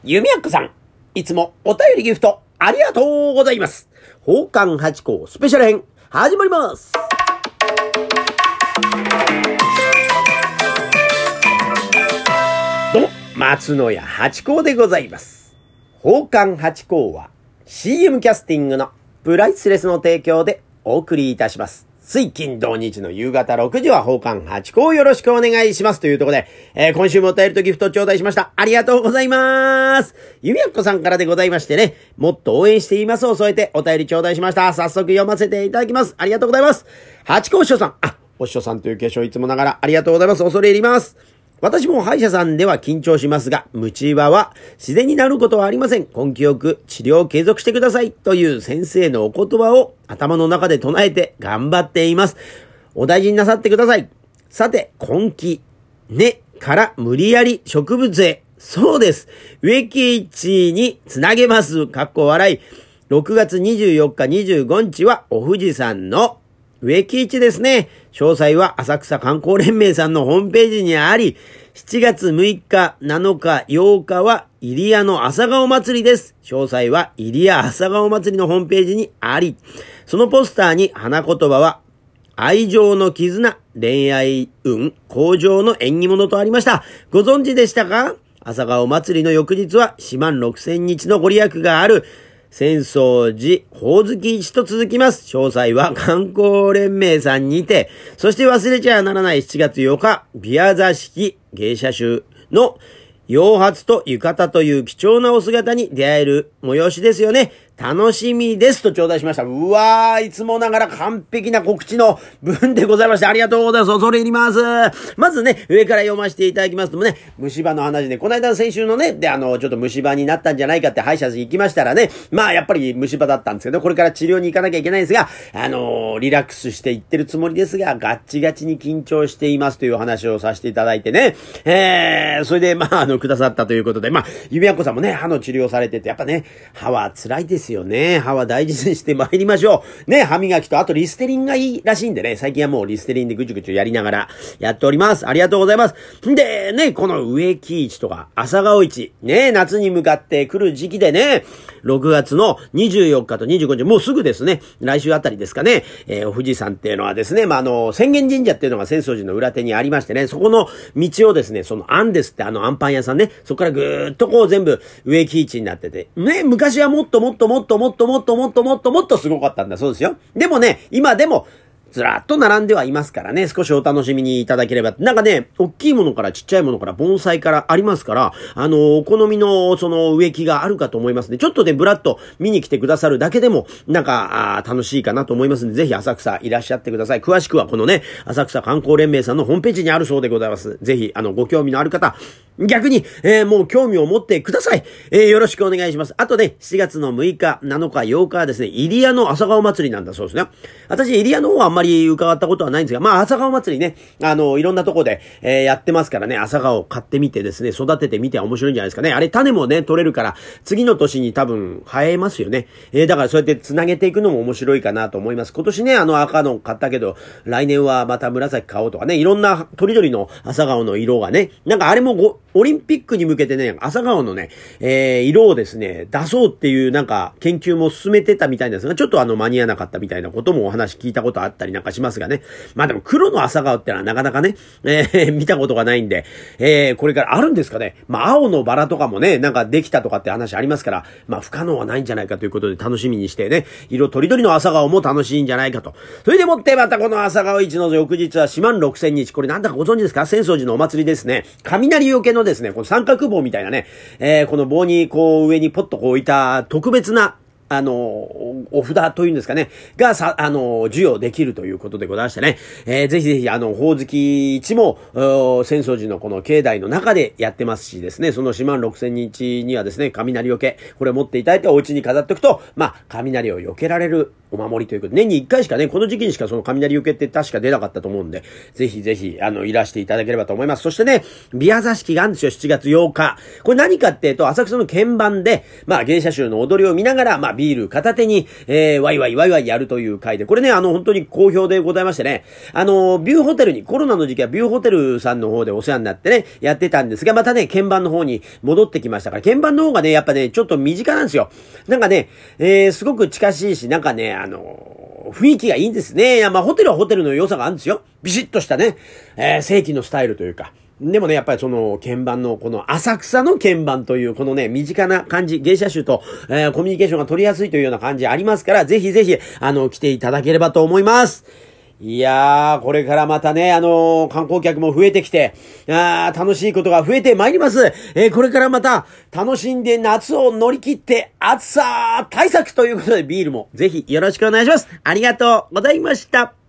弓矢っこさん、いつもお便りギフトありがとうございます。宝冠八甲スペシャル編始まります。どうも、松野屋八甲でございます。宝冠八甲は CM キャスティングのプライスレスの提供でお送りいたします。水金土日の夕方6時は宝冠八甲よろしくお願いしますというところで、今週もお便りとギフト頂戴しました。ありがとうございます。弓矢っこさんからでございましてね、もっと応援していますを添えてお便り頂戴しました。早速読ませていただきます。ありがとうございます。八甲お師匠さん、お師匠さんという化粧いつもながらありがとうございます。恐れ入ります。私も歯医者さんでは緊張しますが、虫歯は自然になることはありません。根気よく治療を継続してくださいという先生のお言葉を頭の中で唱えて頑張っています。お大事になさってください。さて、根気、根から無理やり植物へ。そうです。植木市につなげます。かっこ笑い。6月24日25日はお富士山の植木市ですね。詳細は浅草観光連盟さんのホームページにあり、7月6日、7日、8日は入谷の朝顔祭りです。詳細は入谷朝顔祭りのホームページにあり、そのポスターに花言葉は愛情の絆、恋愛運、向上の縁起物とありました。ご存知でしたか？朝顔祭りの翌日は4万6000日のご利益がある浅草寺ほおずき市と続きます。詳細は観光連盟さんにて、そして忘れちゃならない7月8日、ビア座敷芸者集の洋髪と浴衣という貴重なお姿に出会える催しですよね。楽しみですと頂戴しました。うわー、いつもながら完璧な告知の文でございまして、ありがとうございます。恐れ入ります。まずね、上から読ませていただきますともね、虫歯の話で、この間の先週のね、で、ちょっと虫歯になったんじゃないかって歯医者行きましたらね、まあやっぱり虫歯だったんですけど、これから治療に行かなきゃいけないんですが、リラックスして行ってるつもりですが、ガッチガチに緊張していますという話をさせていただいてね、それでくださったということで、弓矢っこさんもね、歯の治療されてて、やっぱね、歯は辛いですよね。歯は大事にして参りましょう。ね、歯磨きと、あとリステリンがいいらしいんでね、最近はもうリステリンでぐちゅぐちゅやりながらやっております。ありがとうございます。で、ね、この植木市とか朝顔市、ね、夏に向かって来る時期でね、6月の24日と25日、もうすぐですね、来週あたりですかね、お富士山っていうのはですね、浅間神社っていうのが浅草寺の裏手にありましてね、そこの道をですね、そのアンデスってアンパン屋さんね、そこからぐーっとこう全部植木市になってて、ね、昔はもっとすごかったんだそうですよ。でもね、今でもずらっと並んではいますからね、少しお楽しみにいただければ。なんかね、大きいものからちっちゃいものから盆栽からありますから、お好みのその植木があるかと思いますね。ちょっとね、ブラッと見に来てくださるだけでも、なんか、楽しいかなと思いますんで、ぜひ浅草いらっしゃってください。詳しくはこのね、浅草観光連盟さんのホームページにあるそうでございます。ぜひ、ご興味のある方、逆に、もう興味を持ってください。よろしくお願いします。あとね、7月の6日、7日、8日はですね、入谷の朝顔祭りなんだそうですね。私、入谷の方はあんまり伺ったことはないんですが、朝顔祭りね、いろんなとこで、やってますからね、朝顔を買ってみてですね、育ててみては面白いんじゃないですかね。あれ、種もね、取れるから、次の年に多分、生えますよね。だからそうやって繋げていくのも面白いかなと思います。今年ね、赤の買ったけど、来年はまた紫買おうとかね、いろんな、とりどりの朝顔の色がね、なんかあれもオリンピックに向けてね、朝顔のね、色をですね、出そうっていうなんか研究も進めてたみたいですが、ちょっと間に合わなかったみたいなこともお話聞いたことあったりなんかしますがね。でも黒の朝顔ってのはなかなかね、見たことがないんで、これからあるんですかね。青のバラとかもね、なんかできたとかって話ありますから、不可能はないんじゃないかということで楽しみにしてね、色とりどりの朝顔も楽しいんじゃないかと。それでもってまたこの朝顔市の翌日は4万6000日、これなんだかご存知ですか？浅草寺のお祭りですね。雷よけのですね、この三角棒みたいなね、この棒にこう上にポッとこう置いた特別なお札というんですかね、が授与できるということでございましてね。ぜひぜひ、ほおずき市も、浅草寺のこの境内の中でやってますしですね、その4万6000日にはですね、雷よけ、これ持っていただいてお家に飾っておくと、雷をよけられるお守りということで、年に1回しかね、この時期にしかその雷受けって確か出なかったと思うんで、ぜひぜひ、いらしていただければと思います。そしてね、ビア座敷があるんですよ、7月8日。これ何かっていうと、浅草の鍵盤で、芸者衆の踊りを見ながら、ビール片手に、ワイワイやるという回で、これね、本当に好評でございましてね、ビューホテルに、コロナの時期はビューホテルさんの方でお世話になってね、やってたんですが、またね、鍵盤の方に戻ってきましたから、鍵盤の方がね、やっぱね、ちょっと身近なんですよ。なんかね、すごく近しいし、なんかね、雰囲気がいいんですね。ホテルはホテルの良さがあるんですよ。ビシッとしたね、正規のスタイルというか。でもね、やっぱりその鍵盤の、この浅草の鍵盤という、このね、身近な感じ、芸者衆と、コミュニケーションが取りやすいというような感じありますから、ぜひぜひ、来ていただければと思います。いやー、これからまたね、観光客も増えてきて、楽しいことが増えてまいります。これからまた、楽しんで夏を乗り切って、暑さ対策ということでビールもぜひよろしくお願いします。ありがとうございました。